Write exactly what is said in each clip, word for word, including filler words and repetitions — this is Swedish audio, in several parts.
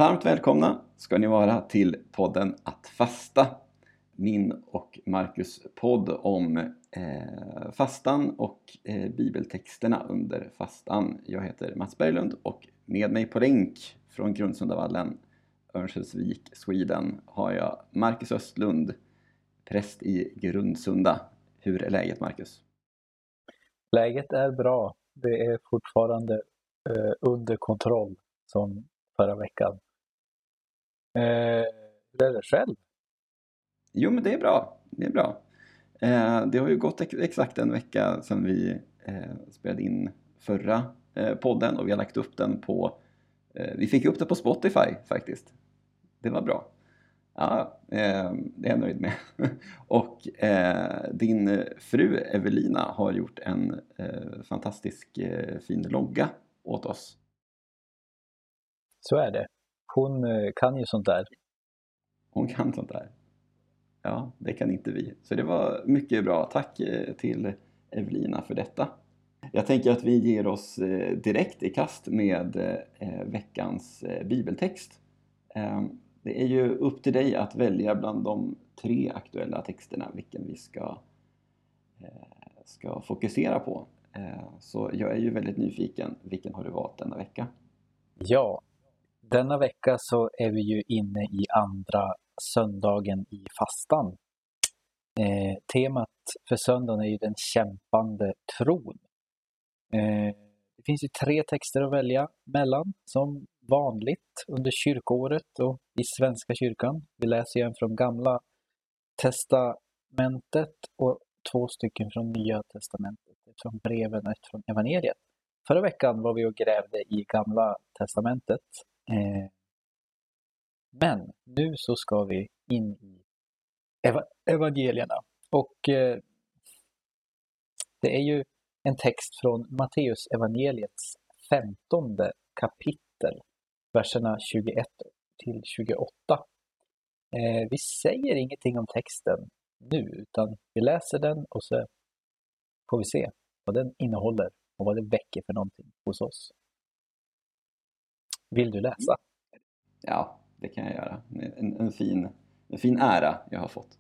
Varmt välkomna ska ni vara till podden Att fasta. Min och Marcus podd om eh, fastan och eh, bibeltexterna under fastan. Jag heter Mats Berglund och med mig på länk från Grundsundavallen, Örnsköldsvik, Sweden, har jag Marcus Östlund, präst i Grundsunda. Hur är läget, Marcus? Läget är bra. Det är fortfarande eh, under kontroll som förra veckan. Eh, hur är det själv? Jo, men det är bra. Det är bra. Eh, det har ju gått ex- exakt en vecka sedan vi eh, spelade in förra eh, podden och vi har lagt upp den på... Eh, vi fick upp den på Spotify faktiskt. Det var bra. Ja, eh, det är jag nöjd med. och eh, din fru Evelina har gjort en eh, fantastisk eh, fin logga åt oss. Så är det. Hon eh, kan ju sånt där. Hon kan sånt där. Ja, det kan inte vi. Så det var mycket bra. Tack eh, till Evelina för detta. Jag tänker att vi ger oss eh, direkt i kast med eh, veckans eh, bibeltext. Eh, det är ju upp till dig att välja bland de tre aktuella texterna vilken vi ska, eh, ska fokusera på. Eh, så jag är ju väldigt nyfiken. Vilken har du valt denna vecka? Ja, denna vecka så är vi ju inne i andra söndagen i fastan. Eh, temat för söndagen är ju den kämpande tron. Eh, det finns ju tre texter att välja mellan som vanligt under kyrkåret och i Svenska kyrkan. Vi läser ju en från Gamla testamentet och två stycken från Nya testamentet. Ett från breven och ett från evangeliet. Förra veckan var vi och grävde i Gamla testamentet. Eh, men nu så ska vi in i eva- evangelierna. Och eh, det är ju en text från Matteus evangeliets femtonde kapitel, verserna tjugoett till tjugoåtta. Eh, vi säger ingenting om texten nu, utan vi läser den och så får vi se vad den innehåller och vad det väcker för någonting hos oss. Vill du läsa? Ja, det kan jag göra. En, en, fin, en fin ära jag har fått.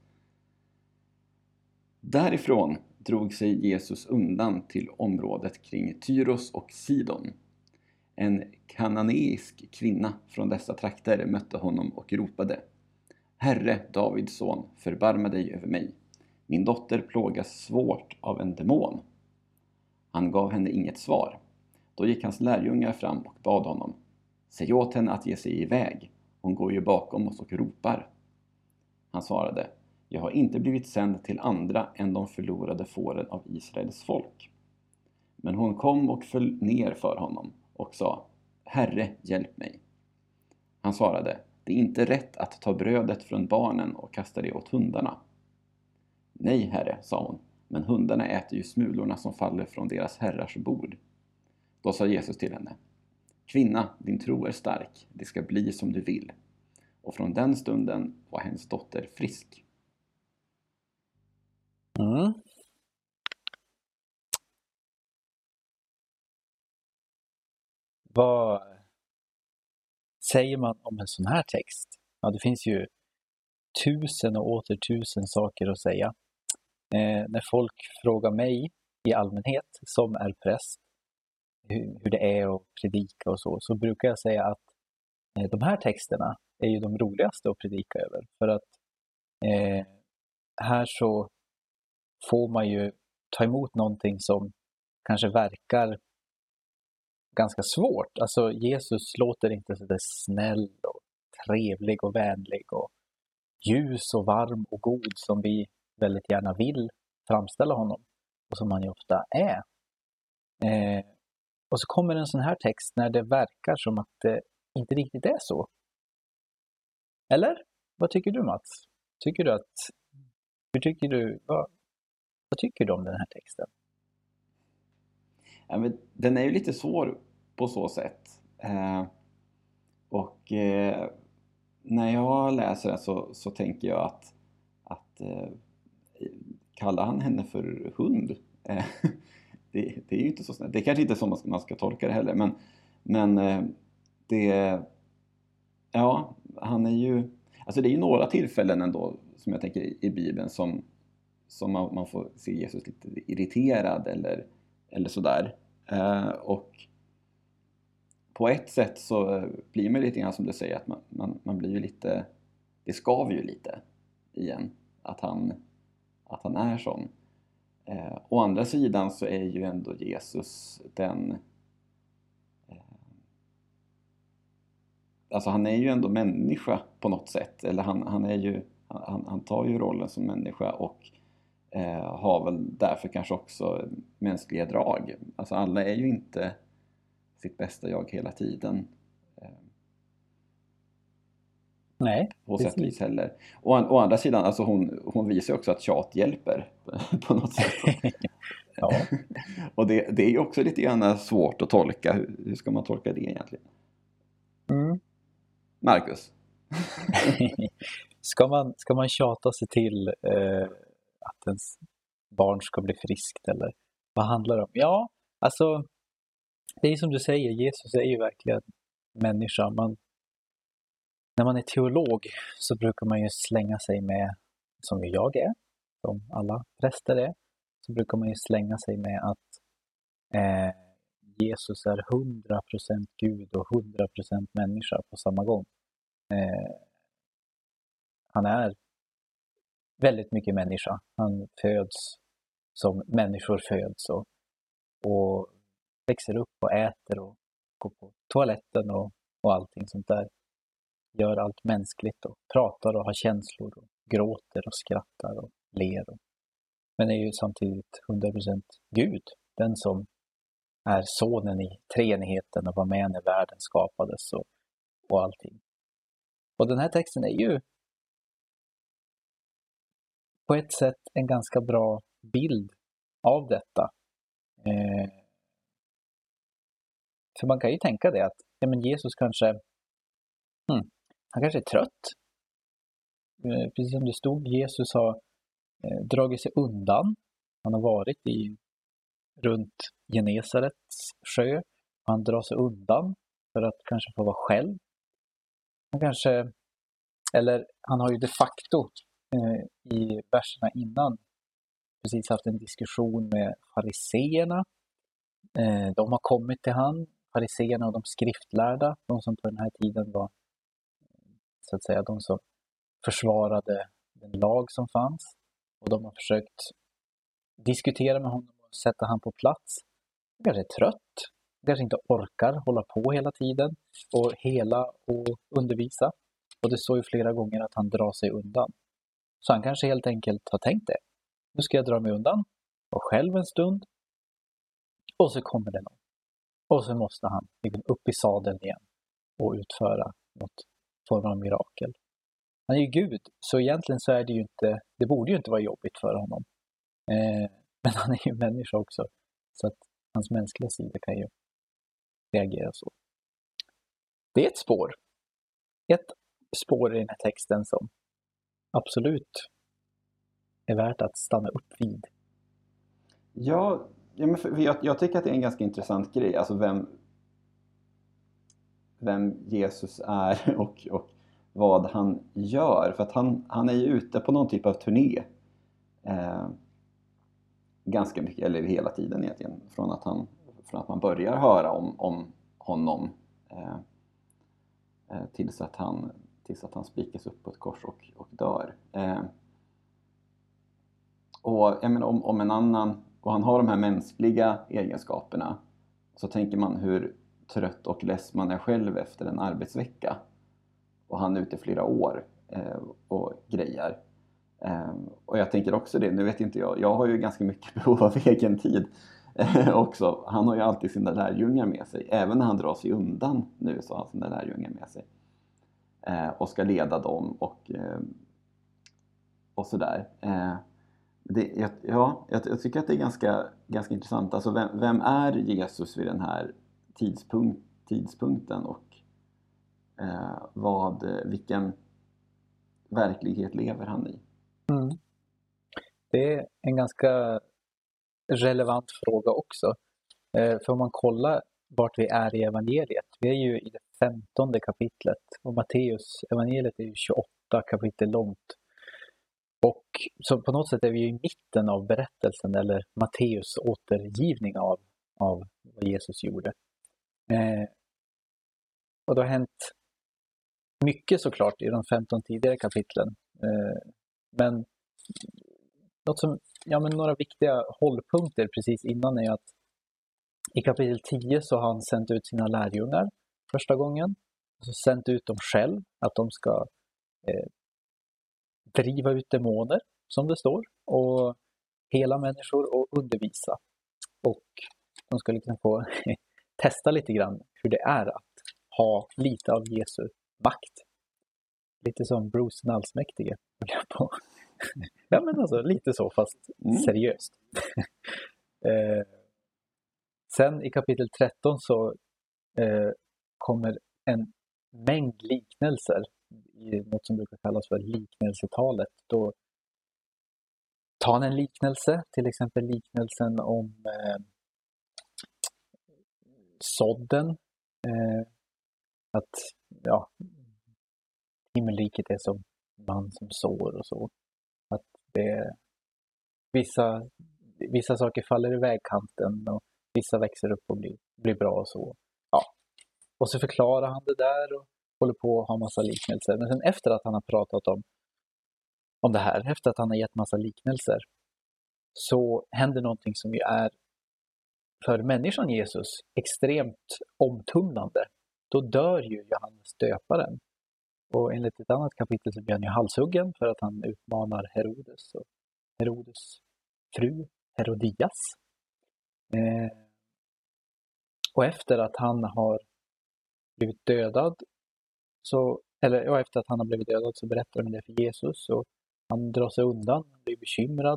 Därifrån drog sig Jesus undan till området kring Tyros och Sidon. En kananeisk kvinna från dessa trakter mötte honom och ropade: Herre, Davids son, förbarma dig över mig. Min dotter plågas svårt av en demon. Han gav henne inget svar. Då gick hans lärjungar fram och bad honom: Säg åt henne att ge sig iväg. Hon går ju bakom oss och ropar. Han svarade: Jag har inte blivit sänd till andra än de förlorade fåren av Israels folk. Men hon kom och föll ner för honom och sa: Herre, hjälp mig. Han svarade: Det är inte rätt att ta brödet från barnen och kasta det åt hundarna. Nej, herre, sa hon, men hundarna äter ju smulorna som faller från deras herrars bord. Då sa Jesus till henne: Kvinna, din tro är stark, det ska bli som du vill. Och från den stunden var hennes dotter frisk. Mm. Vad säger man om en sån här text? Ja, det finns ju tusen och åter tusen saker att säga. Eh, när folk frågar mig i allmänhet, som är präst, hur, hur det är att predika och så, så brukar jag säga att eh, de här texterna är ju de roligaste att predika över. För att eh, här så får man ju ta emot någonting som kanske verkar ganska svårt. Alltså Jesus låter inte så där snäll och trevlig och vänlig och ljus och varm och god som vi väldigt gärna vill framställa honom och som han ju ofta är. Eh, och så kommer en sån här text när det verkar som att det inte riktigt är så. Eller? Vad tycker du, Mats? Tycker du att hur tycker du vad, vad tycker du om den här texten? Ja, men den är ju lite svår på så sätt. Eh, och eh, när jag läser den så, så tänker jag att, att eh, kallar han henne för hund? Eh, det, det är ju inte så snällt. Det är kanske inte så man ska, man ska tolka det heller. Men, men eh, det, ja, han är ju... Alltså det är ju några tillfällen ändå som jag tänker i, i Bibeln som, som man, man får se Jesus lite irriterad eller, eller sådär. Eh, och på ett sätt så blir man lite grann som du säger, att man, man, man blir ju lite... Det skaver ju lite igen att han, att han är sån. Eh, å andra sidan så är ju ändå Jesus den... Eh, alltså han är ju ändå människa på något sätt. Eller han, han, är ju, han, han tar ju rollen som människa och eh, har väl därför kanske också mänskliga drag. Alltså alla är ju inte sitt bästa jag hela tiden. Eh, Nej, på precis. sätt och vis heller. Och å andra sidan, alltså hon, hon visar ju också att tjat hjälper på något sätt. Ja. Och det, det är ju också lite grann svårt att tolka. Hur, hur ska man tolka det egentligen? Mm. Marcus? ska, man, ska man tjata sig till eh, att ens barn ska bli friskt, eller vad handlar det om? Ja, alltså det är som du säger, Jesus är ju verkligen människa. Man, när man är teolog så brukar man ju slänga sig med, som ju jag är, som alla präster är, så brukar man ju slänga sig med att eh, Jesus är hundra procent Gud och hundra procent människa på samma gång. Eh, han är väldigt mycket människa. Han föds som människor föds och, och växer upp och äter och går på toaletten och, och allting sånt där. Gör allt mänskligt och pratar och har känslor och gråter och skrattar och ler. Och, men är ju samtidigt hundra procent Gud. Den som är sonen i treenigheten och var med när världen skapades och, och allting. Och den här texten är ju på ett sätt en ganska bra bild av detta. Eh, för man kan ju tänka det att ja, men Jesus kanske hmm, han kanske är trött. Eh, precis som det stod, Jesus har eh, dragit sig undan. Han har varit i runt Genesarets sjö. Han drar sig undan för att kanske få vara själv. Han kanske, eller han har ju de facto eh, i verserna innan precis haft en diskussion med fariseerna. Eh, de har kommit till han, fariseerna och de skriftlärda, de som på den här tiden var så att säga de som försvarade den lag som fanns. Och de har försökt diskutera med honom och sätta han på plats. Han kanske är trött, han kanske inte orkar hålla på hela tiden och hela och undervisa. Och det står ju flera gånger att han drar sig undan. Så han kanske helt enkelt har tänkt det. Nu ska jag dra mig undan och själv en stund. Och så kommer det någon. Och så måste han upp i sadeln igen och utföra något form av mirakel. Han är ju Gud, så egentligen så är det ju inte, det borde ju inte vara jobbigt för honom. Eh, men han är ju människa också. Så att hans mänskliga sida kan ju reagera så. Det är ett spår. Ett spår i den här texten som absolut är värt att stanna upp vid. Ja, ja men för jag, jag tycker att det är en ganska intressant grej. Alltså vem, vem Jesus är och, och vad han gör. För att han, han är ju ute på någon typ av turné. Eh, ganska mycket, eller hela tiden egentligen. Från att, han, från att man börjar höra om, om honom. Eh, eh, tills, att han, tills att han spikas upp på ett kors och, och dör. Eh, och jag menar, om, om en annan, och han har de här mänskliga egenskaperna. Så tänker man hur trött och less man är själv efter en arbetsvecka. Och han är ute flera år eh, och grejer. Eh, och jag tänker också det, nu vet inte jag, jag har ju ganska mycket behov av egen tid eh, också. Han har ju alltid sina lärjungar med sig. Även när han drar sig undan nu så har han sina lärjungar med sig. Eh, och ska leda dem och, eh, och sådär. Eh, det, ja, jag, jag tycker att det är ganska, ganska intressant. Alltså vem, vem är Jesus vid den här tidspunkt, tidpunkten och Eh, vad, vilken verklighet lever han i? Mm. Det är en ganska relevant fråga också. Eh, för om man kollar vart vi är i evangeliet. Vi är ju i det femtonde kapitlet. Och Matteus evangeliet är ju tjugoåtta kapitel långt. Och så på något sätt är vi ju i mitten av berättelsen, eller Matteus återgivning av, av vad Jesus gjorde. Eh, och det har hänt mycket såklart i de femton tidigare kapitlen. Eh, men, något som, ja, men några viktiga hållpunkter precis innan är att i kapitel tio så har han sänt ut sina lärjungar första gången. Och så sänt ut dem själv, att de ska eh, driva ut demoner, som det står, och hela människor och undervisa. Och de ska liksom få testa lite grann hur det är att ha lite av Jesu makt. Lite som Bruce den allsmäktige. Ja, men alltså lite så, fast mm. seriöst. eh, sen i kapitel tretton så eh, kommer en mängd liknelser i något som brukar kallas för liknelsetalet. Då tar han en liknelse, till exempel liknelsen om eh, sådden. Eh, att ja, himmelriket är som man som sår och så. Att det, vissa, vissa saker faller i vägkanten och vissa växer upp och blir, blir bra och så. Ja. Och så förklarar han det där och håller på att ha massa liknelser. Men sen efter att han har pratat om, om det här, efter att han har gett massa liknelser, så händer någonting som ju är för människan Jesus extremt omtumlande. Då dör ju Johannes döparen. Och enligt ett annat kapitel så blir han ju halshuggen för att han utmanar Herodes och Herodes fru Herodias. Eh, och efter att han har blivit dödad, så, eller ja, efter att han har blivit dödad så berättar de det för Jesus och han drar sig undan, han blir bekymrad.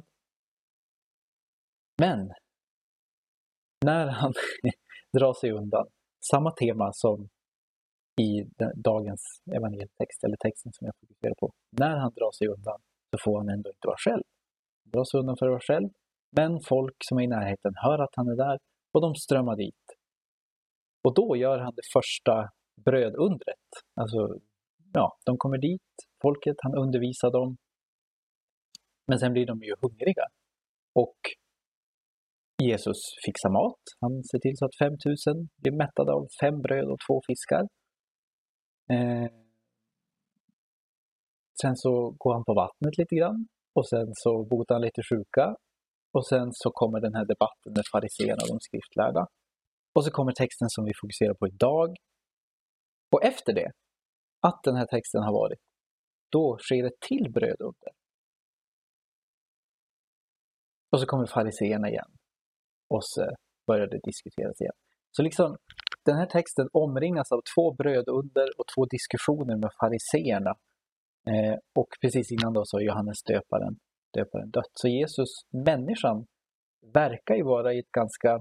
Men när han drar sig undan, samma tema som i dagens evangelietext, eller texten som jag fokuserar på. När han drar sig undan så får han ändå inte vara själv. Han drar sig undan för att vara själv, men folk som är i närheten hör att han är där och de strömmar dit. Och då gör han det första brödundret. Alltså, ja, de kommer dit, folket, han undervisar dem. Men sen blir de ju hungriga. Och Jesus fixar mat. Han ser till så att fem tusen blir mättade av fem bröd och två fiskar. Eh, sen så går han på vattnet lite grann och sen så botar han lite sjuka och sen så kommer den här debatten med fariséerna och de skriftlärda och så kommer texten som vi fokuserar på idag, och efter det att den här texten har varit, då sker ett till brödunder och så kommer fariséerna igen och så börjar det diskuteras igen. Så liksom den här texten omringas av två brödunder och två diskussioner med fariséerna. Eh, och precis innan då så är Johannes döparen, döparen dött. Så Jesus, människan, verkar ju vara i ett ganska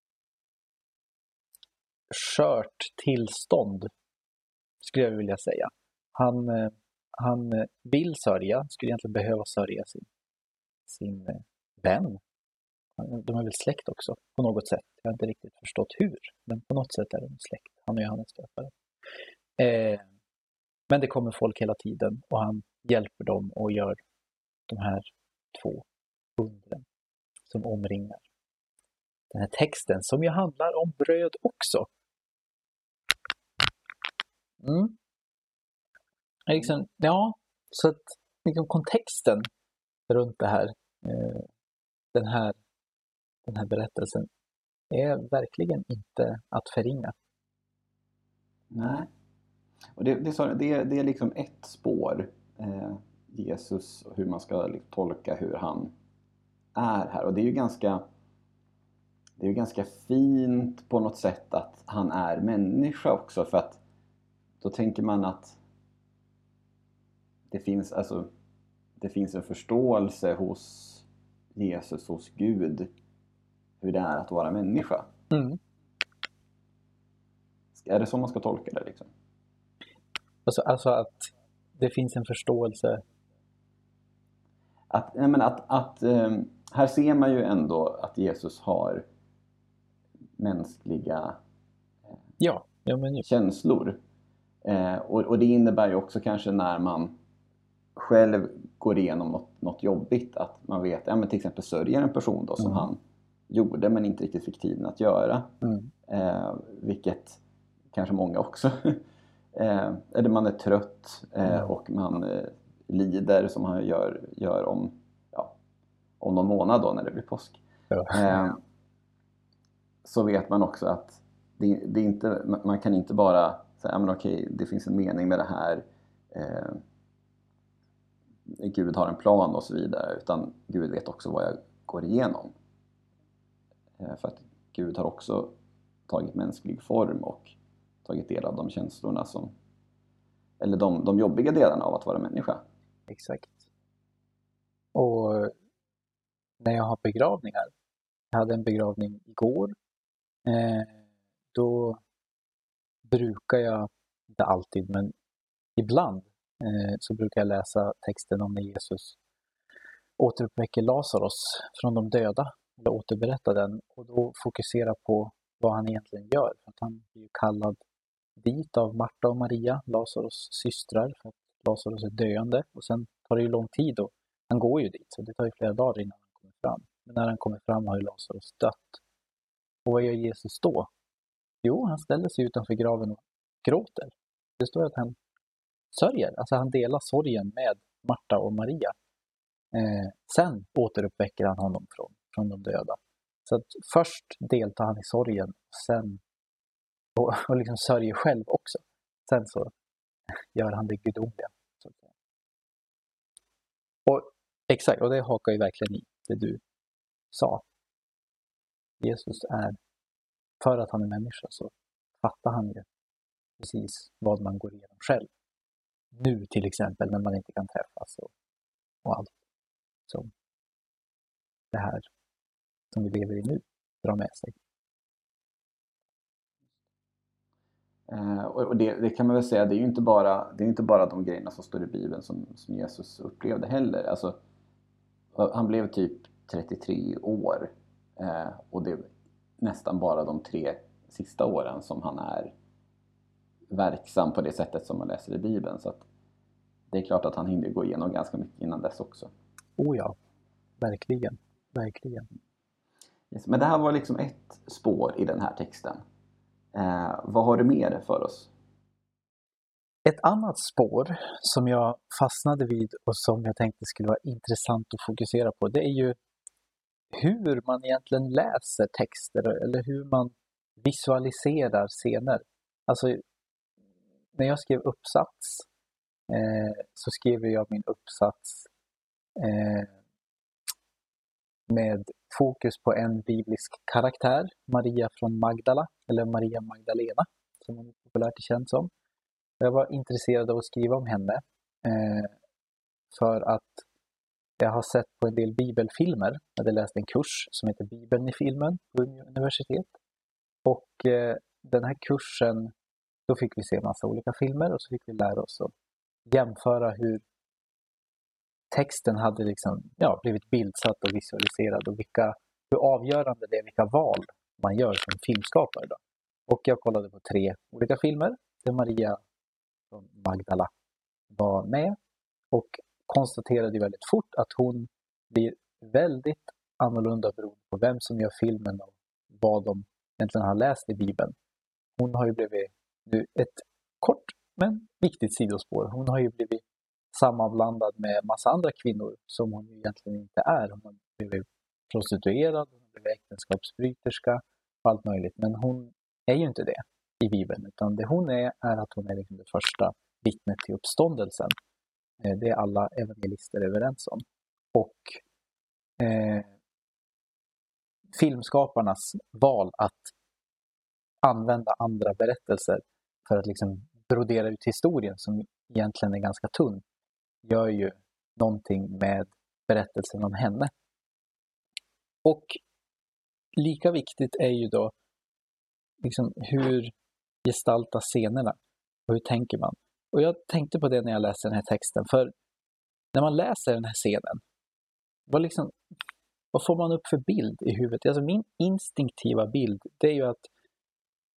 skört tillstånd, skulle jag vilja säga. Han, eh, han vill sörja, skulle egentligen behöva sörja sin, sin eh, vän. De är väl släkt också, på något sätt. Jag har inte riktigt förstått hur, men på något sätt är de släkt. Han och Johannes döparen. Eh, men det kommer folk hela tiden och han hjälper dem och gör de här två undren som omringar den här texten, som ju handlar om bröd också. Mm. Liksom, ja, så att liksom kontexten runt det här, eh, den här Den här berättelsen är verkligen inte att förringa. Nej. Och det, det, det, det är liksom ett spår, eh, Jesus, och hur man ska liksom tolka hur han är här. Och det är ju ganska, det är ju ganska fint på något sätt att han är människa också. För att då tänker man att det finns, alltså, det finns en förståelse hos Jesus, hos Gud, hur det är att vara människa. Mm. Är det så man ska tolka det liksom? Alltså, alltså att det finns en förståelse. Att, nej men att, att um, här ser man ju ändå att Jesus har mänskliga eh, ja, ja, men ju. känslor. Eh, och, och det innebär ju också kanske när man själv går igenom något, något jobbigt att man vet, ja men till exempel sörjer en person då som Mm. han gjorde men inte riktigt fick tiden att göra. Mm. Eh, vilket kanske många också. eh, eller man är trött eh, Mm. och man eh, lider som han gör, gör om, ja, om någon månad då när det blir påsk. Ja. Eh, så vet man också att det, det är inte, man kan inte bara säga, men okej, det finns en mening med det här. Eh, Gud har en plan och så vidare, utan Gud vet också vad jag går igenom. Eh, för att Gud har också tagit mänsklig form och tagit del av de känslorna som, eller de, de jobbiga delarna av att vara människa. Exakt. Och när jag har begravningar, jag hade en begravning igår, eh, då brukar jag, inte alltid men ibland, eh, så brukar jag läsa texten om när Jesus återuppväcker Lazarus från de döda, eller återberättar den, och då fokusera på vad han egentligen gör. För att han blir kallad dit av Marta och Maria, Lazarus systrar, för att Lazarus är döende. Och sen tar det ju lång tid och han går ju dit, så det tar ju flera dagar innan han kommer fram. Men när han kommer fram har ju Lazarus dött. Och vad gör Jesus då? Jo, han ställer sig utanför graven och gråter. Det står att han sörjer, alltså han delar sorgen med Marta och Maria. Eh, sen återuppväcker han honom från, från de döda. Så att först deltar han i sorgen, sen och, och liksom sörjer själv också. Sen så gör han det gudomliga. Så att säga. Och exakt, och det hakar ju verkligen i det du sa. Jesus är, för att han är människa så fattar han ju precis vad man går igenom själv. Nu till exempel när man inte kan träffas och, och allt som det här som vi lever i nu drar med sig. Eh, och det, det kan man väl säga, det är ju inte bara, det är inte bara de grejerna som står i Bibeln som, som Jesus upplevde heller. Alltså, han blev typ trettiotre år eh, och det är nästan bara de tre sista åren som han är verksam på det sättet som man läser i Bibeln. Så att det är klart att han hinner gå igenom ganska mycket innan dess också. Oh ja, verkligen, verkligen. Yes, men det här var liksom ett spår i den här texten. Eh, vad har du mer för oss? Ett annat spår som jag fastnade vid och som jag tänkte skulle vara intressant att fokusera på, det är ju hur man egentligen läser texter eller hur man visualiserar scener. Alltså, när jag skrev uppsats eh, så skrev jag min uppsats eh, med fokus på en biblisk karaktär, Maria från Magdala, eller Maria Magdalena, som hon populärt är känd som. Jag var intresserad av att skriva om henne eh, för att jag har sett på en del bibelfilmer. Jag hade läst en kurs som heter Bibeln i filmen på Umeå universitet. Och eh, den här kursen, då fick vi se en massa olika filmer och så fick vi lära oss att jämföra hur texten hade liksom, ja, blivit bildsatt och visualiserad och vilka, hur avgörande det är vilka val man gör som filmskapare. Då. Och jag kollade på tre olika filmer där Maria från Magdala var med och konstaterade väldigt fort att hon blir väldigt annorlunda beroende på vem som gör filmen och vad de egentligen har läst i Bibeln. Hon har ju blivit, nu ett kort men viktigt sidospår, hon har ju blivit sammanblandad med massa andra kvinnor som hon egentligen inte är. Hon har blivit prostituerad, hon har blivit äktenskapsbryterska och allt möjligt. Men hon är ju inte det i Bibeln, utan det hon är är att hon är liksom det första vittnet till uppståndelsen. Det är alla evangelister överens om. Och eh, filmskaparnas val att använda andra berättelser för att liksom brodera ut historien som egentligen är ganska tunn gör ju någonting med berättelsen om henne. Och lika viktigt är ju då liksom hur gestaltar scenerna och hur tänker man? Och jag tänkte på det när jag läste den här texten, för när man läser den här scenen, vad, liksom, vad får man upp för bild i huvudet? Alltså min instinktiva bild, det är ju att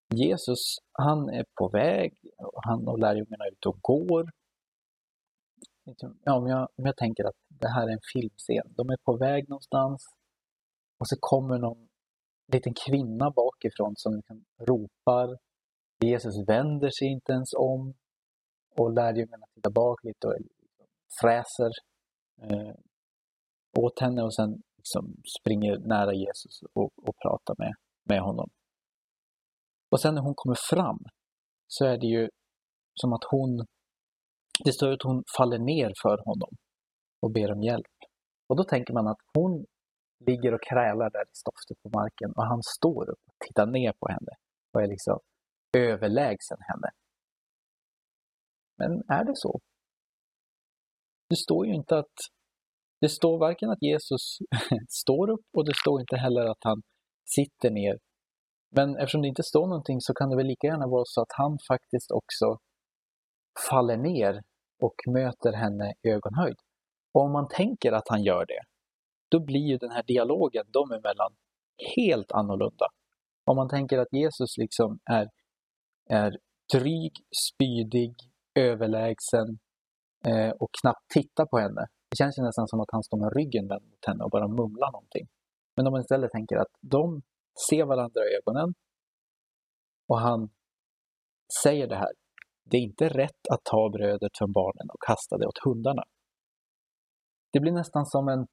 Jesus, han är på väg, och han och lärjungarna är ute och går. Ja, om, jag, om jag tänker att det här är en filmscen, de är på väg någonstans och så kommer någon liten kvinna bakifrån som liksom ropar. Jesus vänder sig inte ens om och lärjungarna tittar bak lite och fräser eh, åt henne och sen liksom springer nära Jesus och, och pratar med, med honom. Och sen när hon kommer fram så är det ju som att hon, det står att hon faller ner för honom och ber om hjälp. Och då tänker man att hon ligger och krälar där i stoftet på marken och han står upp och tittar ner på henne och är liksom överlägsen henne. Men är det så? Det står ju inte att det står varken att Jesus står upp och det står inte heller att han sitter ner. Men eftersom det inte står någonting så kan det väl lika gärna vara så att han faktiskt också faller ner och möter henne i ögonhöjd. Och om man tänker att han gör det, då blir ju den här dialogen dem emellan helt annorlunda. Om man tänker att Jesus liksom är, är dryg, spydig, överlägsen eh, och knappt tittar på henne. Det känns ju nästan som att han står med ryggen vänd mot henne och bara mumlar någonting. Men om man istället tänker att de ser varandra i ögonen och han säger det här. Det är inte rätt att ta brödet från barnen och kasta det åt hundarna. Det blir nästan som en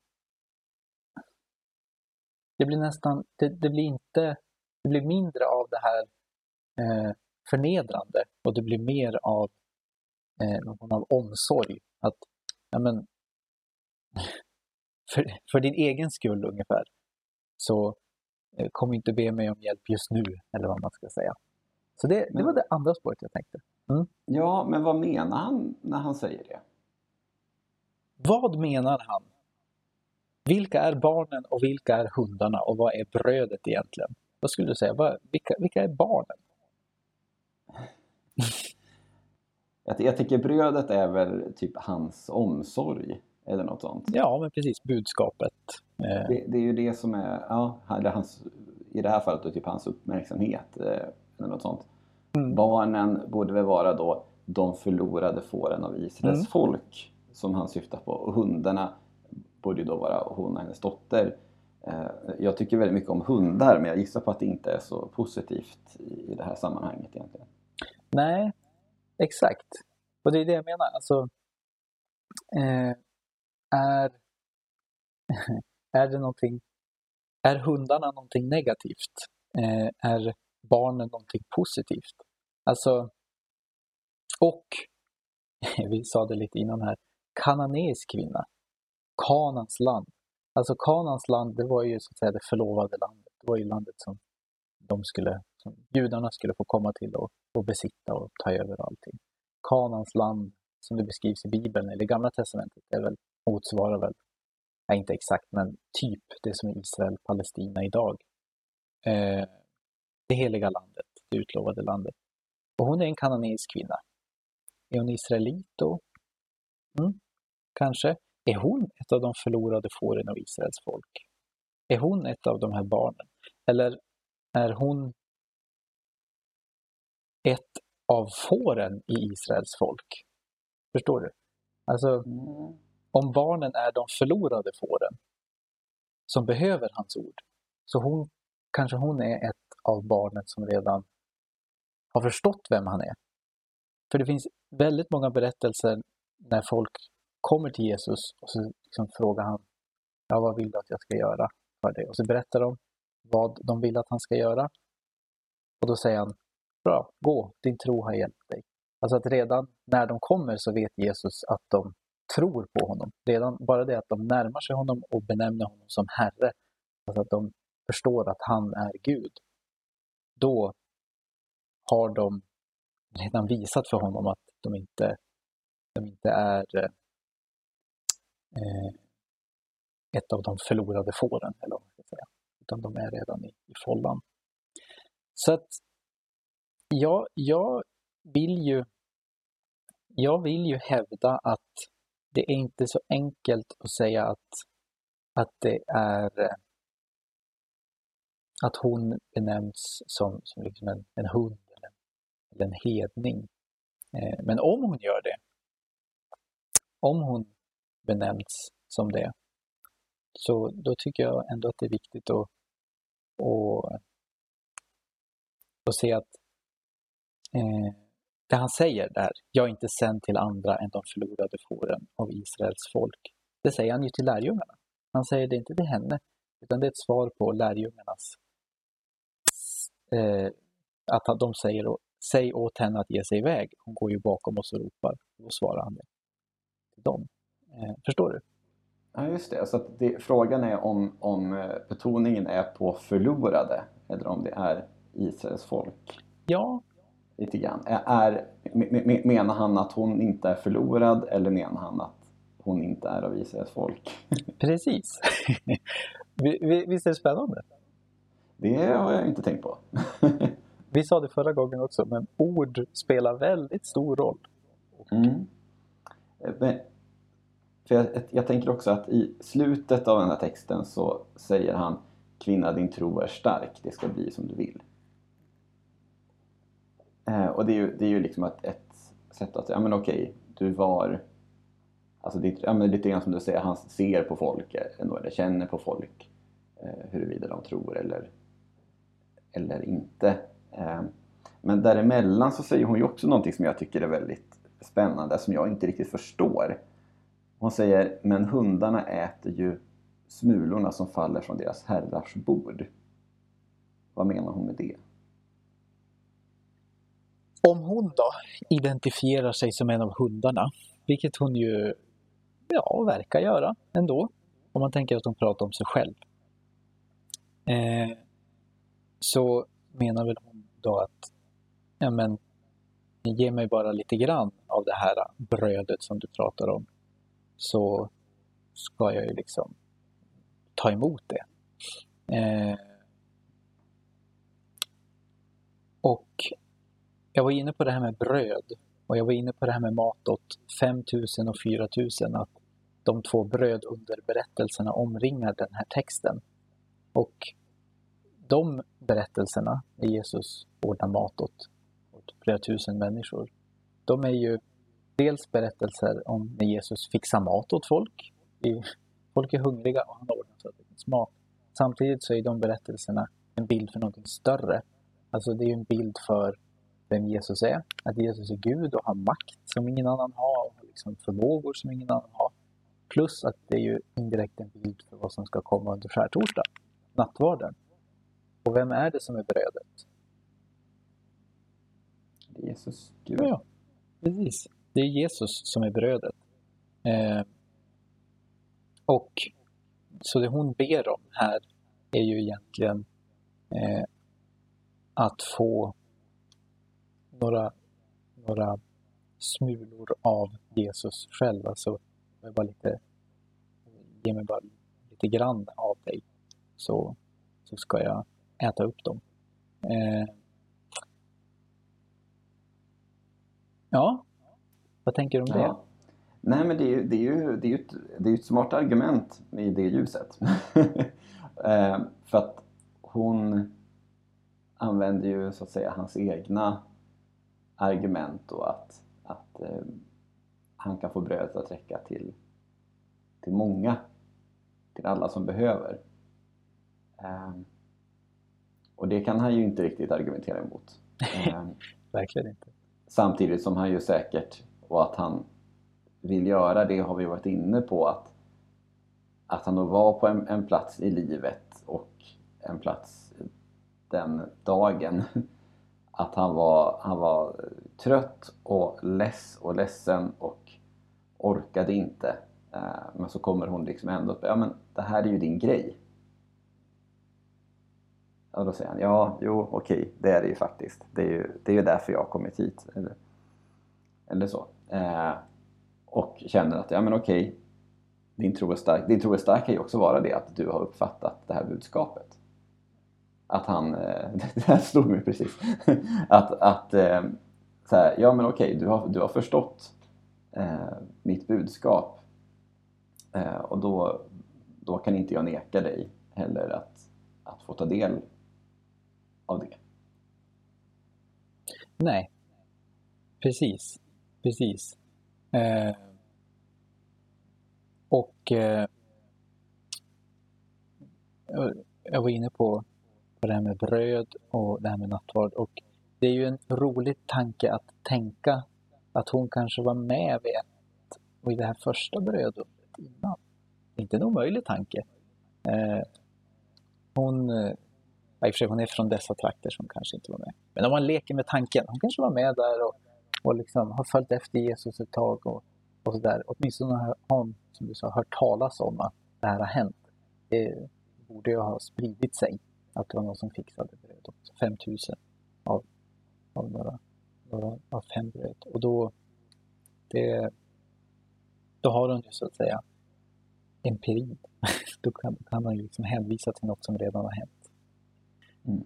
det blir nästan det, det blir inte det blir mindre av det här eh, förnedrande och det blir mer av eh, någon av omsorg att ja men för, för din egen skull ungefär så eh, kom inte be mig om hjälp just nu eller vad man ska säga. Så det, det var det andra spåret jag tänkte. Mm. Ja, men vad menar han när han säger det? Vad menar han? Vilka är barnen och vilka är hundarna och vad är brödet egentligen? Vad skulle du säga? Vad, vilka, vilka är barnen? Jag, jag tycker brödet är väl typ hans omsorg eller något sånt. Ja, men precis. Budskapet. Det, det är ju det som är, ja, eller hans, i det här fallet då, typ hans uppmärksamhet eh, eller något sånt. Mm. Barnen borde väl vara då de förlorade fåren av Israels mm. folk som han syftar på. Och hundarna borde ju då vara hon och hennes dotter. Eh, jag tycker väldigt mycket om hundar, men jag gissar på att det inte är så positivt i, i det här sammanhanget egentligen. Nej, exakt. Och det är det jag menar. Alltså, eh, är, är det någonting, är hundarna någonting negativt? Eh, är barnen någonting positivt? Alltså, och vi sa det lite innan här, kananeisk kvinna, Kanans land. Alltså Kanans land, det var ju så att säga det förlovade landet. Det var ju landet som de skulle, som judarna skulle få komma till och, och besitta och ta över allting. Kanans land, som det beskrivs i Bibeln eller i Gamla testamentet, är väl, motsvarar väl, ja, inte exakt, men typ det som är Israel, Palestina idag. Eh, det heliga landet, det utlovade landet. Och hon är en kananeisk kvinna. Är hon israelit då? Mm, kanske. Är hon ett av de förlorade fåren av Israels folk? Är hon ett av de här barnen? Eller är hon ett av fåren i Israels folk? Förstår du? Alltså, mm. om barnen är de förlorade fåren som behöver hans ord, så hon, kanske hon är ett av barnen som redan har förstått vem han är. För det finns väldigt många berättelser när folk kommer till Jesus och så liksom frågar han, ja, vad vill du att jag ska göra för dig? Och så berättar de vad de vill att han ska göra. Och då säger han, bra, gå, din tro har hjälpt dig. Alltså att redan när de kommer så vet Jesus att de tror på honom. Redan bara det att de närmar sig honom och benämner honom som Herre, alltså att de förstår att han är Gud, då har de redan visat för honom att de inte, de inte är eh, ett av de förlorade fåren, eller vad man ska säga, utan de är redan i, i follan. Så att ja, jag vill ju jag vill ju hävda att det är inte så enkelt att säga att, att det är att hon benämns som, som liksom en, en hund eller, eller en hedning. Eh, men om hon gör det, om hon benämns som det, så då tycker jag ändå att det är viktigt att, att, att se att eh, det han säger där, jag är inte sänd till andra än de förlorade fåren av Israels folk. Det säger han ju till lärjungarna. Han säger det inte till henne, utan det är ett svar på lärjungarnas eh, att de säger, säg åt henne att ge sig iväg. Hon går ju bakom oss och ropar. Då svarar han det till dem. Eh, förstår du? Ja, just det. Så att det, frågan är om, om betoningen är på förlorade eller om det är Israels folk. Ja. Lite grann. Är, menar han att hon inte är förlorad eller menar han att hon inte är av Israels folk? Precis. Visst är det spännande? Det har jag inte tänkt på. Vi sa det förra gången också, men ord spelar väldigt stor roll. Mm. Men, för jag, jag tänker också att i slutet av den här texten så säger han: kvinna, din tro är stark, det ska bli som du vill. Eh, och det är ju, det är ju liksom ett, ett sätt att säga, ja men okej, du var, alltså det, ja, men lite grann som du säger, han ser på folk ändå, eller känner på folk eh, huruvida de tror eller, eller inte. Eh, men däremellan så säger hon ju också någonting som jag tycker är väldigt spännande, som jag inte riktigt förstår. Hon säger, men hundarna äter ju smulorna som faller från deras herrars bord. Vad menar hon med det? Om hon då identifierar sig som en av hundarna, vilket hon ju ja, verkar göra ändå, om man tänker att hon pratar om sig själv, eh, så menar väl hon då att ja, men, ge mig bara lite grann av det här brödet som du pratar om, så ska jag ju liksom ta emot det. Eh, och jag var inne på det här med bröd och jag var inne på det här med mat åt fem tusen och fyra tusen, att de två brödunderberättelserna omringar den här texten. Och de berättelserna, när Jesus ordnar mat åt, åt flera tusen människor, de är ju dels berättelser om när Jesus fixar mat åt folk. Folk är hungriga och han ordnar så att det finns mat. Samtidigt så är de berättelserna en bild för någonting större. Alltså det är en bild för vem Jesus är. Att Jesus är Gud och har makt som ingen annan har. Och liksom förmågor som ingen annan har. Plus att det är ju indirekt en bild för vad som ska komma under skärtorsdag. Nattvarden. Och vem är det som är brödet? Det är Jesus, Gud. Ja, precis. Det är Jesus som är brödet. Eh, och så det hon ber om här är ju egentligen eh, att få några, några smulor av Jesus själv. Alltså bara lite, ge mig bara lite grann av dig, så, så ska jag äta upp dem. Eh, ja, vad tänker du om Ja. det? Nej, men det är ju, det är ju, det är ju ett, det är ett smart argument i det ljuset. eh, för att hon använder ju så att säga hans egna argument då, att, att eh, han kan få brödet att räcka till, till många, till alla som behöver. Eh, och det kan han ju inte riktigt argumentera emot. Eh, Verkligen inte. Samtidigt som han ju säkert, och att han vill göra det har vi varit inne på, att, att han då var på en, en plats i livet och en plats den dagen att han var, han var trött och less och ledsen och orkade inte. Men så kommer hon liksom ändå upp, ja men det här är ju din grej. Och då säger han, ja, jo, okej, det är det ju faktiskt. Det är ju, det är ju därför jag har kommit hit. Eller, eller så. Eh, och känner att, ja men okej, din tro är stark. Din tro är stark kan ju också vara det att du har uppfattat det här budskapet. Att han, eh, det här slog mig precis. att, att eh, så här, ja men okej, du har, du har förstått eh, mitt budskap. Eh, och då, då kan inte jag neka dig heller att, att få ta del av det. Nej, precis. Precis. Eh, och eh, jag var inne på, på det här med bröd och det här med nattvard. Och det är ju en rolig tanke att tänka att hon kanske var med vid, ett, vid det här första brödet innan. Inte en omöjlig tanke. Eh, hon, eh, i och för sig hon är från dessa trakter som kanske inte var med. Men om man leker med tanken, hon kanske var med där och, och liksom har följt efter Jesus ett tag och, och sådär. Åtminstone har hon, som du sa, hört talas om att det här har hänt. Det borde ju ha spridit sig att det var någon som fixade bröd. fem tusen av, av några, några av fem bröd. Och då, det, då har hon ju så att säga empiri. Då kan, kan man ju liksom hänvisa till något som redan har hänt. Mm.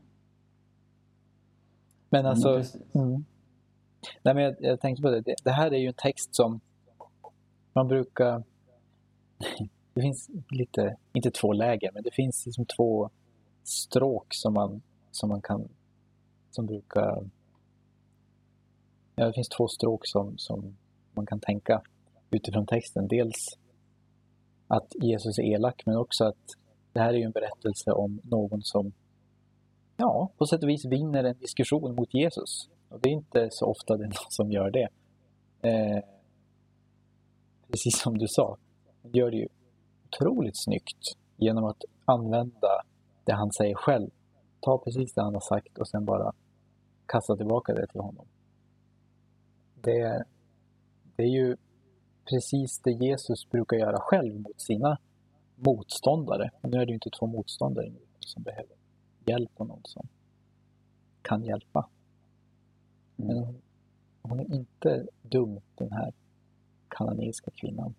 Men alltså, Ja, mm. Nej, men jag, jag tänkte på det. det. Det här är ju en text som man brukar, det finns lite, inte två läger, men det finns liksom två stråk som man, som man kan, som brukar, ja, det finns två stråk som, som man kan tänka utifrån texten. Dels att Jesus är elak, men också att det här är ju en berättelse om någon som, ja, på sätt och vis vinner en diskussion mot Jesus. Och det är inte så ofta det är någon som gör det. Eh, precis som du sa, han gör det ju otroligt snyggt genom att använda det han säger själv. Ta precis det han har sagt och sen bara kasta tillbaka det till honom. Det, det är ju precis det Jesus brukar göra själv mot sina motståndare. Och nu är det ju inte två motståndare som behöver hjälp och någon som kan hjälpa. Men hon, hon är inte dum, den här kananeiska kvinnan.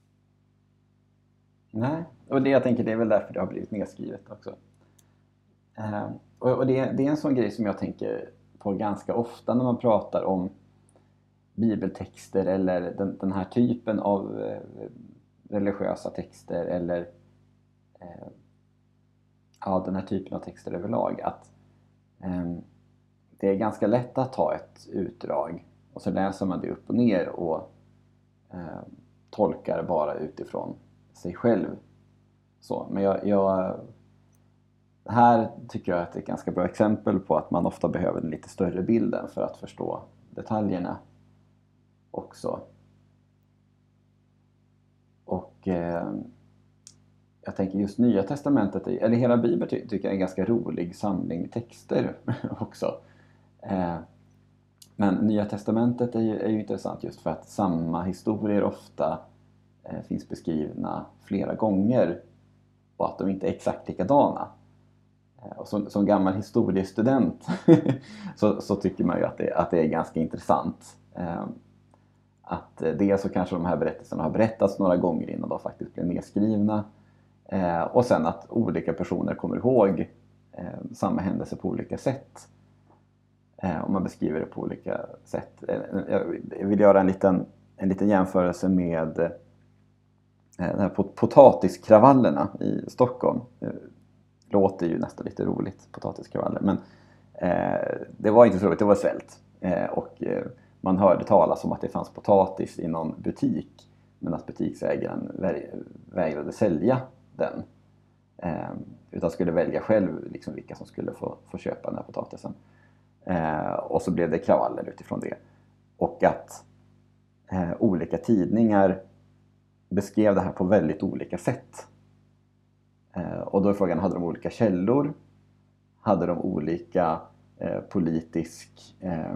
Nej, och det jag tänker det är väl därför det har blivit nedskrivet också. Eh, och och det, det är en sån grej som jag tänker på ganska ofta när man pratar om bibeltexter eller den, den här typen av eh, religiösa texter eller eh, ja, den här typen av texter överlag. Att eh, det är ganska lätt att ta ett utdrag och så läser man det upp och ner och eh, tolkar bara utifrån sig själv. Så, men jag, jag, här tycker jag att det är ett ganska bra exempel på att man ofta behöver den lite större bilden för att förstå detaljerna också. Och eh, jag tänker just Nya Testamentet, eller hela Bibeln ty- tycker jag är en ganska rolig samling texter också. Eh, men Nya Testamentet är ju, är ju intressant just för att samma historier ofta eh, finns beskrivna flera gånger och att de inte är exakt likadana. Eh, och som, som gammal historiestudent så, så tycker man ju att det, att det är ganska intressant. Eh, att eh, dels så kanske de här berättelserna har berättats några gånger innan de faktiskt blev nedskrivna. Eh, och sen att olika personer kommer ihåg eh, samma händelse på olika sätt. Eh, och man beskriver det på olika sätt. Eh, jag vill göra en liten, en liten jämförelse med eh, de här pot- potatiskravallerna i Stockholm. Eh, låter ju nästan lite roligt, potatiskravaller. Men eh, det var inte så roligt, det var svält. Eh, och eh, man hörde talas om att det fanns potatis i någon butik. Men att butiksägaren vä- vägrade sälja den. Eh, utan skulle välja själv liksom vilka som skulle få, få köpa den här potatisen. Eh, och så blev det kravaller utifrån det. Och att eh, olika tidningar beskrev det här på väldigt olika sätt. Eh, och då är frågan, hade de olika källor? Hade de olika eh, politisk, eh,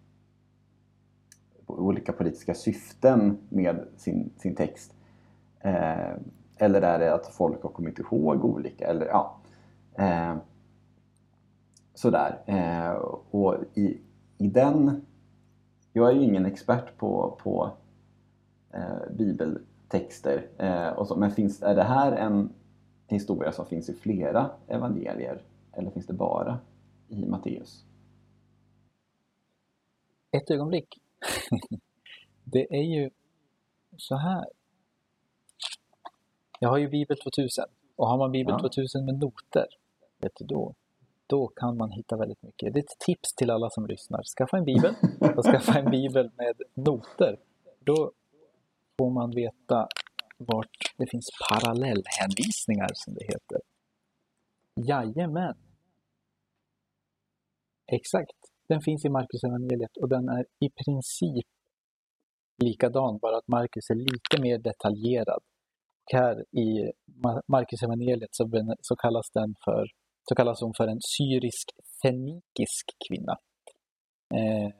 olika politiska syften med sin, sin text? Eh, eller är det att folk har kommit ihåg olika? Eller, ja, eh, sådär. Eh, och i, i den... Jag är ju ingen expert på, på eh, bibeltexter. Eh, och så, men finns, är det här en historia som finns i flera evangelier? Eller finns det bara i Matteus? Ett ögonblick. Det är ju så här. Jag har ju Bibel tvåtusen. Och har man Bibel Ja. tvåtusen med noter, vet du, då, då kan man hitta väldigt mycket. Det är ett tips till alla som lyssnar. Skaffa en bibel och skaffa en bibel med noter. Då får man veta vart det finns parallellhänvisningar som det heter. Jajamän. Exakt. Den finns i Markus evangeliet och den är i princip likadan, bara att Markus är lite mer detaljerad. Och här i Markus evangeliet så, så kallas den för så kallas hon för en syrisk-fenikisk kvinna. Eh,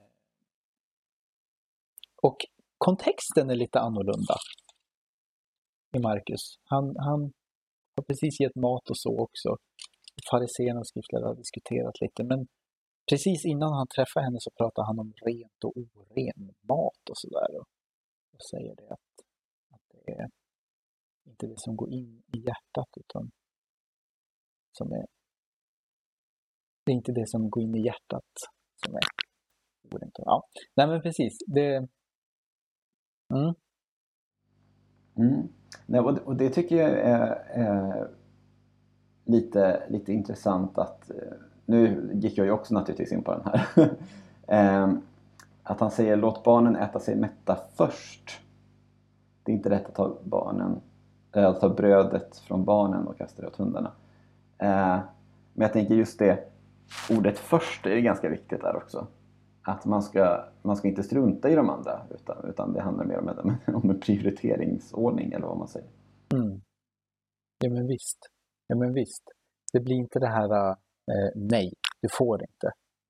och kontexten är lite annorlunda i Markus. Han, han har precis gett mat och så också. Fariséerna och skriftlärarna har diskuterat lite, men precis innan han träffar henne så pratar han om rent och oren mat och sådär. Och, och säger det att, att det är inte det som går in i hjärtat utan som är det är inte det som går in i hjärtat som är orent. Ja, nej men precis. Det mm. Mm. Nej, och, och det tycker jag är, är lite, lite intressant att nu gick jag ju också naturligtvis in på den här. Att han säger låt barnen äta sig mätta först. Det är inte rätt att ta barnen att ta brödet från barnen och kasta det åt hundarna. Men jag tänker just det ordet först är ganska viktigt där också. Att man ska, man ska inte strunta i de andra utan, utan det handlar mer om en, om en prioriteringsordning eller vad man säger. Mm. Ja men visst. Ja men visst. Det blir inte det här eh, nej, du får inte.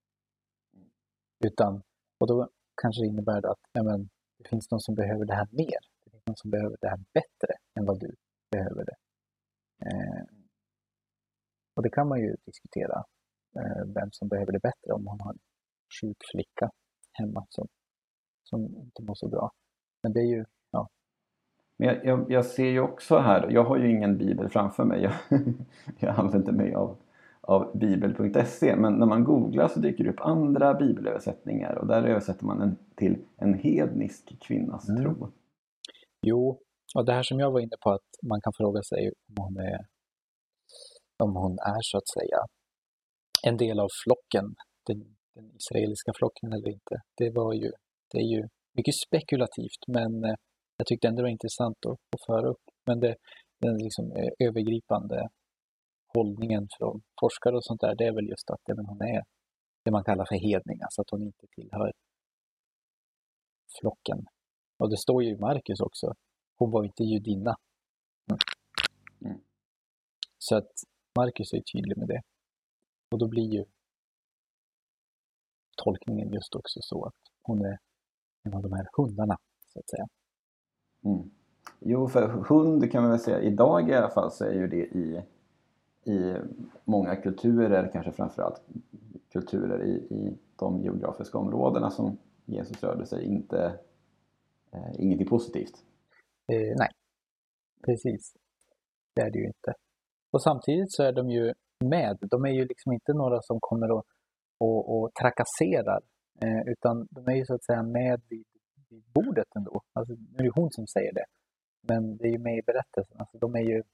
Utan, och då kanske det innebär att ja, men, det finns någon som behöver det här mer. Det finns någon som behöver det här bättre än vad du behöver det. Eh, och det kan man ju diskutera. Eh, vem som behöver det bättre om man har en sjuk flicka hemma som, som inte mår så bra. Men det är ju, ja. Men jag, jag, jag ser ju också här, jag har ju ingen bibel framför mig. Jag, jag använder mig av, av bibel punkt se. Men när man googlar så dyker det upp andra bibelöversättningar. Och där översätter man en, till en hednisk kvinnas mm. tro. Jo, och det här som jag var inne på att man kan fråga sig om hon är, om hon är så att säga en del av flocken. Den, den israeliska flocken eller inte. Det var ju, det är ju mycket spekulativt, men eh, jag tyckte ändå det var intressant att, att föra upp. Men det, den liksom eh, övergripande hållningen från forskare och sånt där, det är väl just att även hon är det man kallar för hedning, alltså att hon inte tillhör flocken. Och det står ju i Markus också, hon var inte judinna. Mm. Mm. Så att Markus är tydlig med det. Och då blir ju tolkningen just också så att hon är en av de här hundarna, så att säga. Mm. Jo, för hund kan man väl säga, idag i alla fall så är ju det i, i många kulturer, kanske framförallt kulturer i, i de geografiska områdena som Jesus rörde sig, inte eh, ingenting positivt. Eh, nej, precis. Det är det ju inte. Och samtidigt så är de ju med. De är ju liksom inte några som kommer och, och, och trakasserar. Eh, utan de är ju så att säga med vid, vid bordet ändå. Alltså, nu är det hon som säger det. Men det är ju med i berättelsen. Alltså, de är ju...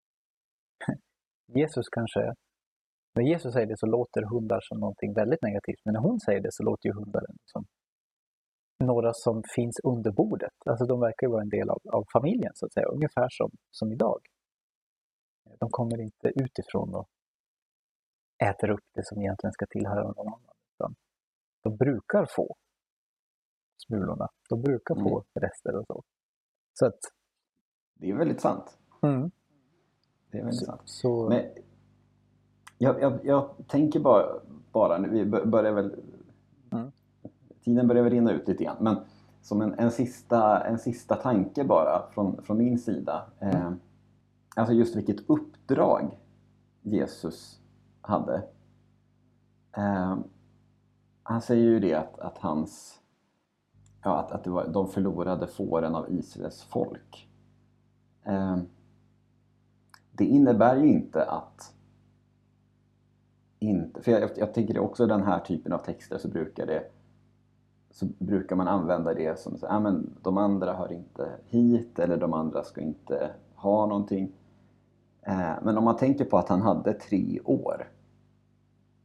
Jesus kanske... När Jesus säger det så låter hundar som någonting väldigt negativt. Men när hon säger det så låter ju hundar som några som finns under bordet. Alltså de verkar ju vara en del av, av familjen så att säga. Ungefär som, som idag. De kommer inte utifrån och äter upp det som egentligen ska tillhöra någon annan. Utan de brukar få smulorna. De brukar få mm. rester och så. Så att... Det är väldigt sant. Mm. Det är väldigt så, sant. Så... Men jag, jag, jag tänker bara, bara nu, vi börjar väl... Mm. Tiden börjar väl rinna ut lite grann. Men som en, en, sista, en sista tanke bara från, från min sida. Mm. Eh, alltså just vilket uppdrag Jesus hade. Eh, han säger ju det att, att hans... Ja, att, att det var de förlorade fåren av Israels folk. Eh, det innebär ju inte att... Inte, för jag, jag tänker också den här typen av texter så brukar det... Så brukar man använda det som så, ja, men de andra hör inte hit eller de andra ska inte ha någonting. Eh, men om man tänker på att han hade tre år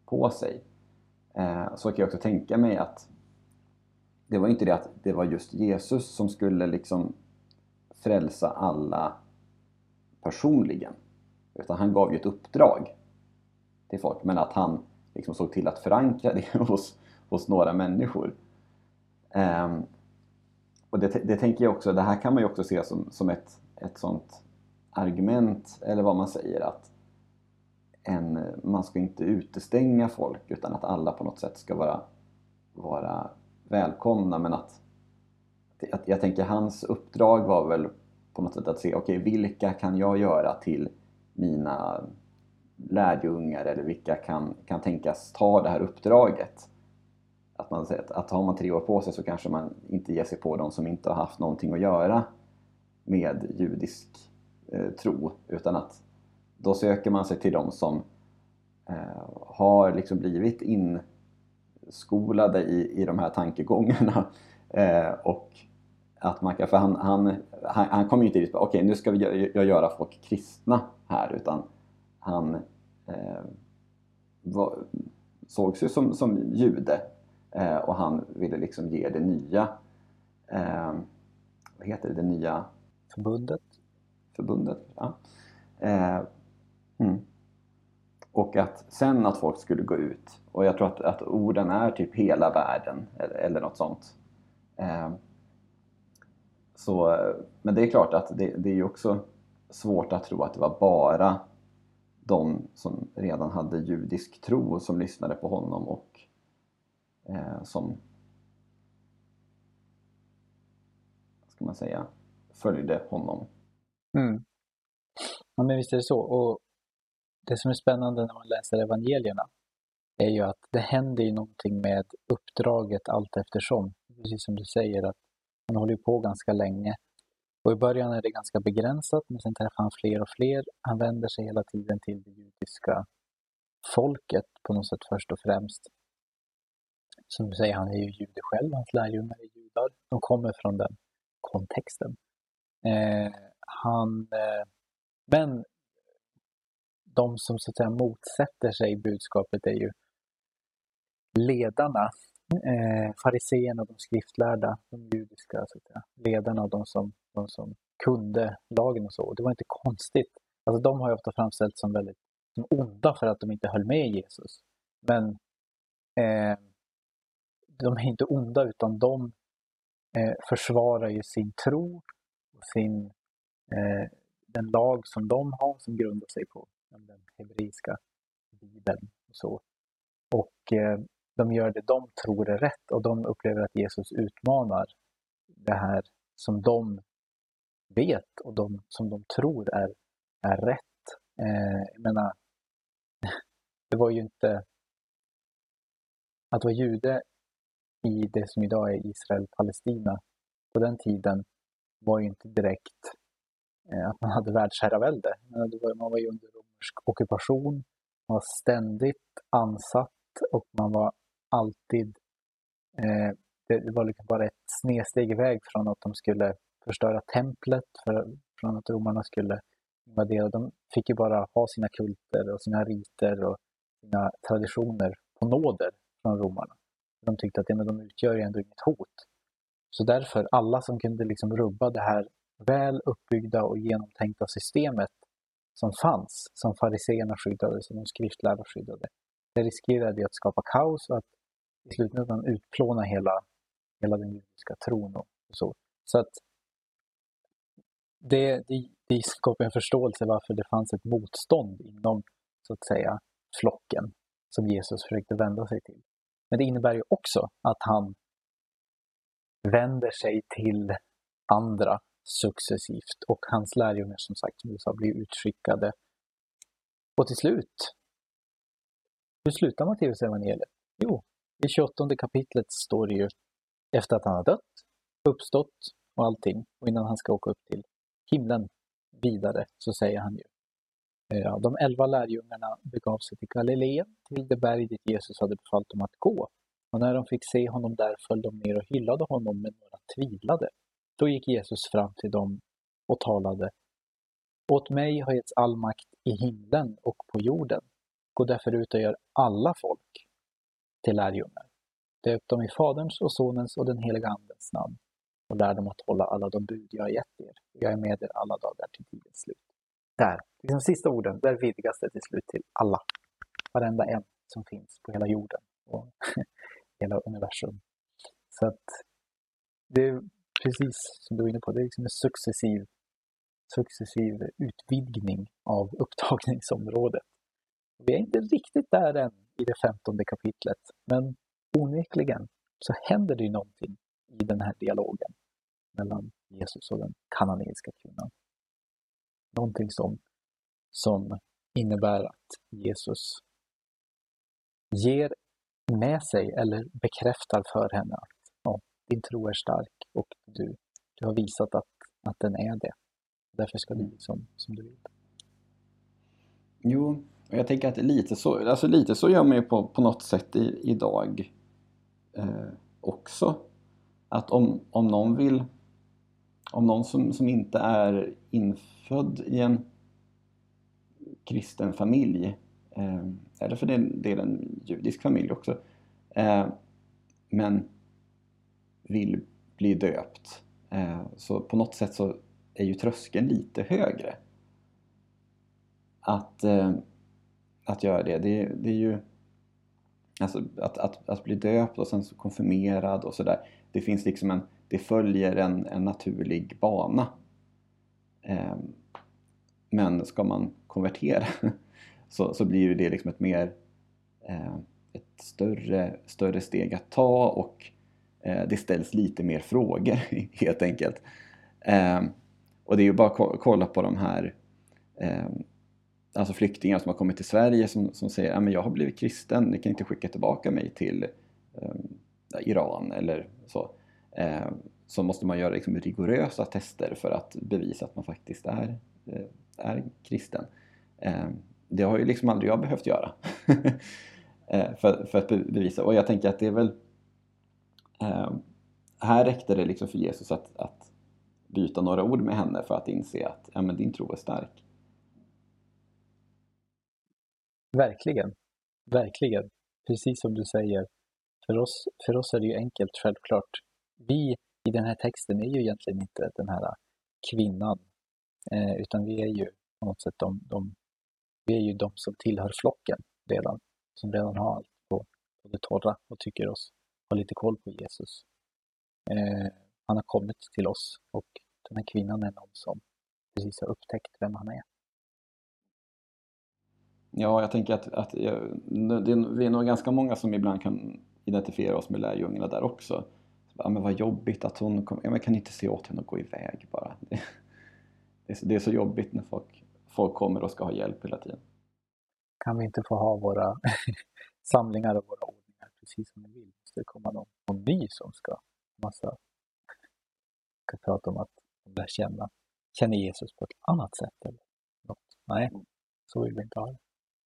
på sig. Eh, så kan jag också tänka mig att det var inte det att det var just Jesus som skulle liksom frälsa alla personligen. Utan han gav ju ett uppdrag till folk. Men att han liksom såg till att förankra det hos, hos några människor. Um, och det, det tänker jag också, det här kan man ju också se som, som ett, ett sånt argument, eller vad man säger, att en, man ska inte utestänga folk utan att alla på något sätt ska vara, vara välkomna. Men att, att jag tänker hans uppdrag var väl på något sätt att se, okej, okay, vilka kan jag göra till mina lärjungar, eller vilka kan, kan tänkas ta det här uppdraget. Att man säger att, att har man tre år på sig så kanske man inte ger sig på de som inte har haft någonting att göra med judisk eh, tro, utan att då söker man sig till de som eh, har liksom blivit inskolade i, i de här tankegångarna eh, och att man kan, för han, han, han, han kommer ju inte dit, okej, okay, nu ska vi göra folk kristna här, utan han eh, var, sågs ju som, som jude eh, och han ville liksom ge det nya eh, vad heter det, det nya förbundet förbundet ja. eh, mm. Och att sen att folk skulle gå ut, och jag tror att, att orden är typ hela världen eller, eller något sånt eh, så, men det är klart att det, det är ju också svårt att tro att det var bara de som redan hade judisk tro som lyssnade på honom och eh, som, vad ska man säga, följde honom. Mm. Ja, men visst är det så. Och det som är spännande när man läser evangelierna är ju att det händer ju någonting med uppdraget allt eftersom. Precis som du säger, att han håller på ganska länge. Och i början är det ganska begränsat, men sen träffar han fler och fler. Han vänder sig hela tiden till det judiska folket på något sätt först och främst. Som du säger, han är ju jude själv, hans lärjungar är judar. De kommer från den kontexten. Eh, han, eh, men de som så att säga motsätter sig budskapet är ju ledarna, eh, fariseerna och de skriftlärda, de judiska så att säga, ledarna och de som, de som kunde lagen och så. Det var inte konstigt. Alltså de har ju ofta framställts som väldigt som onda för att de inte höll med Jesus. Men eh, de är inte onda, utan de eh, försvarar ju sin tro och sin, eh, den lag som de har som grundar sig på den hebreiska bibeln och så. Och eh, de gör det de tror är rätt, och de upplever att Jesus utmanar det här som de vet och de, som de tror är, är rätt. Eh, jag menar, det var ju inte att vara jude i det som idag är Israel-Palestina på den tiden var ju inte direkt eh, att man hade världsherravälde. Man var ju under romersk ockupation, man var ständigt ansatt och man var alltid eh, det var liksom bara ett snedsteg iväg från att de skulle förstöra templet, för, från att romarna skulle invadera. De fick ju bara ha sina kulter och sina riter och sina traditioner på nåder från romarna. De tyckte att ja, men de utgör ju ändå inget hot. Så därför, alla som kunde liksom rubba det här väl uppbyggda och genomtänkta systemet som fanns, som fariseerna skyddade, som de skriftlärda skyddade, det riskerade att skapa kaos och att i slutändan utplåna hela, hela den judiska tron och så. Så att det, det, det skapar en förståelse varför det fanns ett motstånd inom, så att säga, flocken som Jesus försökte vända sig till. Men det innebär ju också att han vänder sig till andra successivt, och hans lärjungar, som sagt, som du sa, blir utskickade. Och till slut, hur slutar Matteus evangeliet? Jo, i tjugoåttonde kapitlet står det ju, efter att han har dött, uppstått och allting, och innan han ska åka upp till himlen vidare, så säger han ju: ja, de elva lärjungarna begav sig till Galileen, till det berg dit Jesus hade befallt dem att gå. Och när de fick se honom där föll de ner och hyllade honom, men några tvivlade. Då gick Jesus fram till dem och talade: åt mig har getts all makt i himlen och på jorden. gå därför ut och gör alla folk till lärjungar. Döp dem i Faderns och Sonens och den heliga Andens namn och lär dem att hålla alla de bud jag har gett er. Jag är med er alla dagar till tidens slut. Där, de sista orden, där vidgas det till slut till alla. Varenda en som finns på hela jorden och hela universum. Så att det är precis som du är inne på, det är liksom en successiv, successiv utvidgning av upptagningsområdet. Vi är inte riktigt där än i det femtonde kapitlet, men onekligen så händer det ju någonting i den här dialogen mellan Jesus och den kananeiska kvinnan. Någonting som, som innebär att Jesus ger med sig eller bekräftar för henne att ja, din tro är stark och du, du har visat att, att den är det. Därför ska det bli som, som du vill. Jo, och jag tänker att lite så, alltså lite så gör man ju på, på något sätt i, idag eh, också. Att om, om någon vill, om någon som, som inte är infödd i en kristen familj, eh, eller för den delen en judisk familj också, eh, men vill bli döpt, eh, så på något sätt så är ju tröskeln lite högre att, eh, att göra det. det. Det är ju alltså att, att, att bli döpt och sen så konfirmerad och sådär. Det finns liksom en, det följer en, en naturlig bana. Eh, men ska man konvertera så, så blir det liksom ett mer eh, ett större, större steg att ta, och eh, det ställs lite mer frågor helt enkelt. Eh, och det är ju bara att kolla på de här eh, alltså flyktingar som har kommit till Sverige som, som säger att jag har blivit kristen, ni kan inte skicka tillbaka mig till eh, Iran eller så. Eh, så måste man göra liksom rigorösa tester för att bevisa att man faktiskt är, eh, är kristen. Eh, det har ju liksom aldrig jag behövt göra eh, för, för att bevisa. Och jag tänker att det är väl eh, här räckte det liksom för Jesus att, att byta några ord med henne för att inse att ja, men din tro är stark. Verkligen, verkligen. Precis som du säger. För oss, för oss är det ju enkelt, självklart. Vi i den här texten är ju egentligen inte den här kvinnan. Eh, utan vi är ju på något sätt de, de, vi är ju de som tillhör flocken redan. Som redan har allt på, på det torra och tycker oss ha lite koll på Jesus. Eh, han har kommit till oss och den här kvinnan är någon som precis har upptäckt vem han är. Ja, jag tänker att, att jag, det, vi är nog ganska många som ibland kan identifiera oss med lärjungarna där också. Ja, men vad jobbigt att hon kom, ja, men kan inte se åt henne att gå iväg bara. Det, det, är så, det är så jobbigt när folk, folk kommer och ska ha hjälp hela tiden. Kan vi inte få ha våra samlingar och våra ordningar precis som vi vill? Så det kommer någon, någon ny som ska massa ska prata om att de lär känna, känner Jesus på ett annat sätt eller något. Nej, så vill vi inte ha det.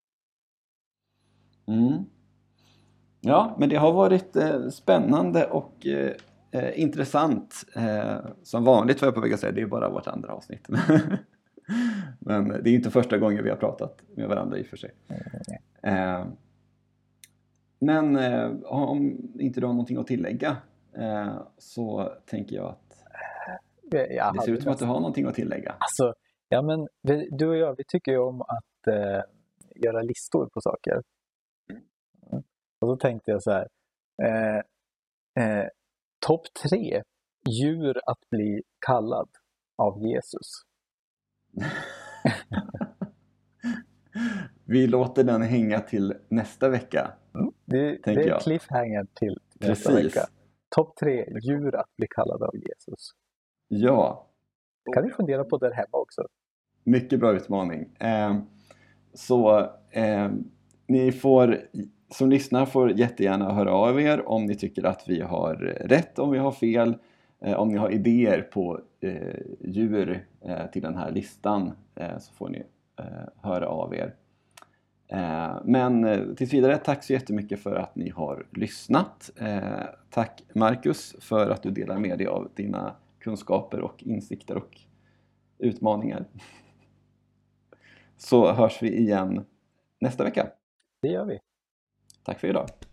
Mm. Ja, men det har varit eh, spännande och eh, eh, intressant. Eh, som vanligt var jag på väg att säga, det är bara vårt andra avsnitt. Men det är inte första gången vi har pratat med varandra i och för sig. Eh, men eh, om inte du har någonting att tillägga eh, så tänker jag att jag det ser ut som att du har någonting att tillägga. Alltså, ja men vi, du och jag, vi tycker ju om att eh, göra listor på saker. Mm. Och då tänkte jag så här. Eh, eh, topp tre djur att bli kallad av Jesus. Vi låter den hänga till nästa vecka. Mm. Det, det är cliffhanger till, till nästa Precis. vecka. Topp tre djur att bli kallad av Jesus. Ja. Kan ni fundera på det hemma också? Mycket bra utmaning. Eh, så eh, ni får, som lyssnar får jättegärna höra av er om ni tycker att vi har rätt, om vi har fel. Eh, om ni har idéer på eh, djur eh, till den här listan eh, så får ni eh, höra av er. Eh, men eh, tills vidare, tack så jättemycket för att ni har lyssnat. Eh, tack Marcus för att du delar med dig av dina kunskaper och insikter och utmaningar. Så hörs vi igen nästa vecka. Det gör vi. Tack för idag.